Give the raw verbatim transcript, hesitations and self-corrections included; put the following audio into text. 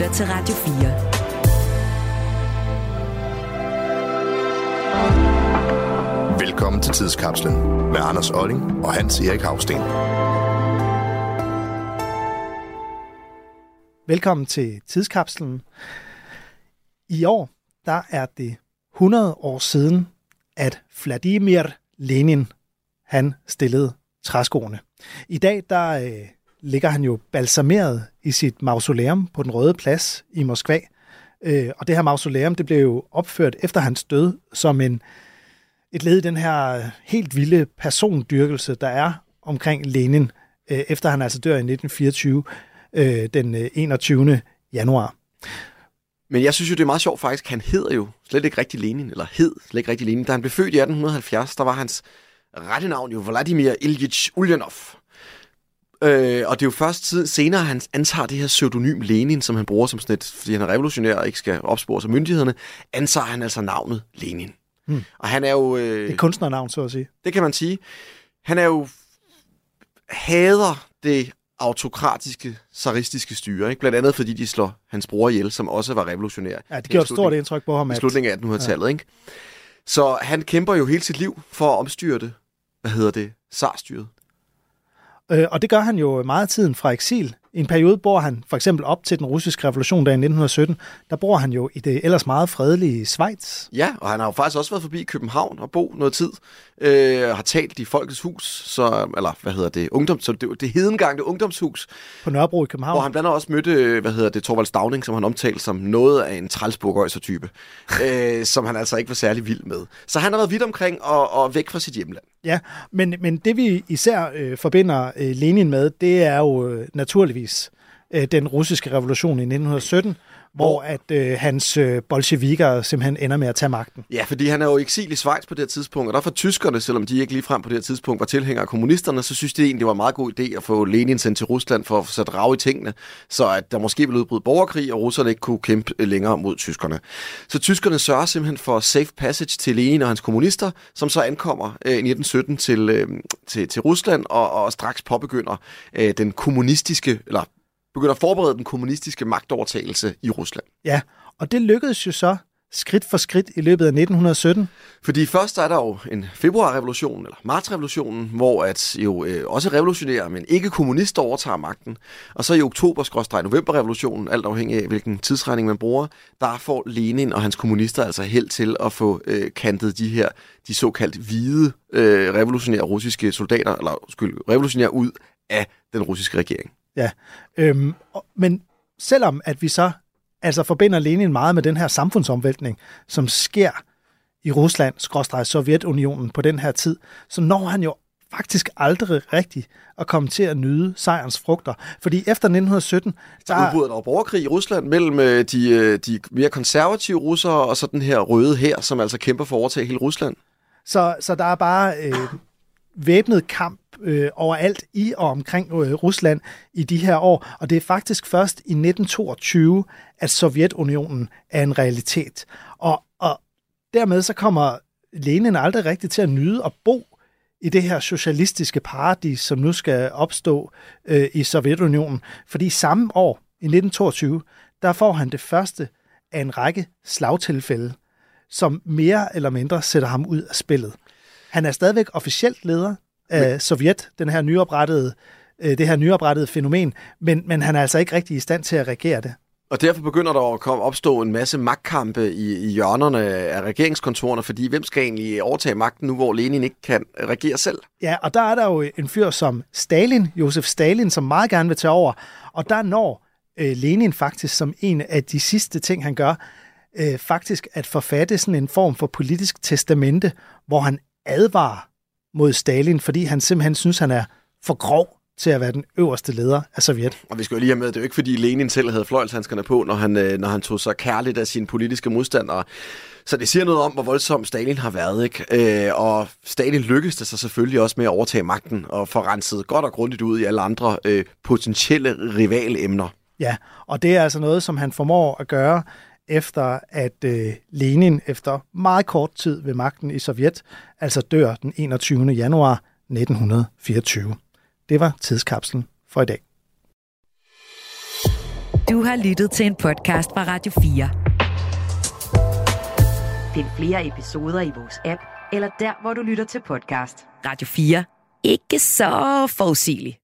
lytter til Radio fire. Velkommen til Tidskapslen med Anders Olling og Hans Erik Hausten. Velkommen til Tidskapslen. I år, der er det hundrede år siden, at Vladimir Lenin, han stillede træskoene. I dag, der øh, ligger han jo balsameret i sit mausoleum på Den Røde Plads i Moskva. Øh, og det her mausoleum, det blev jo opført efter hans død som en, et led i den her helt vilde persondyrkelse, der er omkring Lenin, øh, efter han altså dør i nitten fireogtyve, øh, den enogtyvende januar. Men jeg synes jo, det er meget sjovt faktisk. Han hedder jo slet ikke rigtig Lenin, eller hed slet ikke rigtig Lenin. Da han blev født i atten halvfjerds, der var hans rette navn jo Vladimir Iljitj Ulyanov. Øh, og det er jo først tid, senere, han antager det her pseudonym Lenin, som han bruger som sådan et, fordi han er revolutionær og ikke skal opspores af myndighederne, antager han altså navnet Lenin. Hmm. Og han er jo... Øh, det er kunstnernavn, så at sige. Det kan man sige. Han er jo... hader det autokratiske, zaristiske styre, ikke? Blandt andet fordi de slår hans bror ihjel, som også var revolutionær. Ja, det gjorde et stort indtryk på ham. I slutningen af attenhundredetallet, ja. Ikke? Så han kæmper jo hele sit liv for at omstyre det. Hvad hedder det? Zarstyret. Øh, og det gør han jo meget tiden fra eksil. I en periode bor han for eksempel op til den russiske revolution der i nitten sytten. Der bor han jo i det ellers meget fredelige Schweiz. Ja, og han har jo faktisk også været forbi København og bo noget tid. Øh, har talt i Folkets Hus, så, eller hvad hedder det, ungdoms, så det, det hedengang, det ungdomshus. På Nørrebro i København. Hvor han blandt andet også mødte, hvad hedder det, Thorvald Stauning, som han omtalte som noget af en trælsburgøjser-type, øh, som han altså ikke var særlig vild med. Så han har været vidt omkring og, og væk fra sit hjemland. Ja, men, men det vi især øh, forbinder øh, Lenin med, det er jo øh, naturligvis øh, den russiske revolution i nitten sytten, hvor at øh, hans øh, bolsjevikker simpelthen ender med at tage magten. Ja, fordi han er jo i eksil i Schweiz på det her tidspunkt, og der for tyskerne, selvom de ikke ligefrem på det her tidspunkt var tilhængere af kommunisterne, så synes de egentlig, det var en meget god idé at få Lenin sendt til Rusland for at få sat rav i tingene, så at der måske ville udbryde borgerkrig, og russerne ikke kunne kæmpe længere mod tyskerne. Så tyskerne sørger simpelthen for safe passage til Lenin og hans kommunister, som så ankommer øh, i nitten sytten til, øh, til, til Rusland og, og straks påbegynder øh, den kommunistiske, eller begynder at forberede den kommunistiske magtovertagelse i Rusland. Ja, og det lykkedes jo så skridt for skridt i løbet af nitten sytten. Fordi først er der jo en februarrevolution, eller martsrevolutionen, hvor at jo øh, også revolutionære, men ikke kommunister overtager magten. Og så i oktober-novemberrevolutionen, alt afhængig af hvilken tidsregning man bruger, der får Lenin og hans kommunister altså held til at få øh, kantet de her, de såkaldt hvide øh, revolutionære russiske soldater, eller skyld, revolutionære ud af den russiske regering. Ja, øhm, men selvom at vi så altså forbinder Lenin meget med den her samfundsomvæltning, som sker i Rusland, skråstreg Sovjetunionen på den her tid, så når han jo faktisk aldrig rigtigt at komme til at nyde sejrens frugter. Fordi efter nitten sytten... Der er udbruddet af borgerkrig i Rusland mellem de, de mere konservative russere og så den her røde hær, som altså kæmper for at overtage hele Rusland. Så, så der er bare øh, væbnet kamp øh, overalt i og omkring øh, Rusland i de her år, og det er faktisk først i nitten toogtyve, at Sovjetunionen er en realitet. Og, og dermed så kommer Lenin aldrig rigtigt til at nyde at bo i det her socialistiske paradis, som nu skal opstå øh, i Sovjetunionen. Fordi samme år, i nitten toogtyve, der får han det første af en række slagtilfælde, som mere eller mindre sætter ham ud af spillet. Han er stadigvæk officielt leder af Sovjet, den her nyoprettede, øh, det her nyoprettede fænomen, men, men han er altså ikke rigtig i stand til at regere det. Og derfor begynder der at komme opstå en masse magtkampe i, i hjørnerne af regeringskontorerne, fordi hvem skal egentlig overtage magten nu, hvor Lenin ikke kan regere selv? Ja, og der er der jo en fyr som Stalin, Josef Stalin, som meget gerne vil tage over, og der når øh, Lenin faktisk som en af de sidste ting, han gør, øh, faktisk at forfatte sådan en form for politisk testamente, hvor han advarer mod Stalin, fordi han simpelthen synes, han er for grov til at være den øverste leder af Sovjet. Og vi skal jo lige have med, det er jo ikke fordi Lenin selv havde fløjlshandskerne på, når han, når han tog så kærligt af sine politiske modstandere. Så det siger noget om, hvor voldsom Stalin har været, ikke? Øh, og Stalin lykkedes det sig selvfølgelig også med at overtage magten og få renset godt og grundigt ud i alle andre øh, potentielle rivalemner. Ja, og det er altså noget, som han formår at gøre efter at øh, Lenin efter meget kort tid ved magten i Sovjet, altså dør den enogtyvende januar nitten fireogtyve. Det var Tidskapslen for i dag. Du har lyttet til en podcast fra Radio fire. Find flere episoder i vores app, eller der, hvor du lytter til podcast. Radio fire. Ikke så forudsigeligt.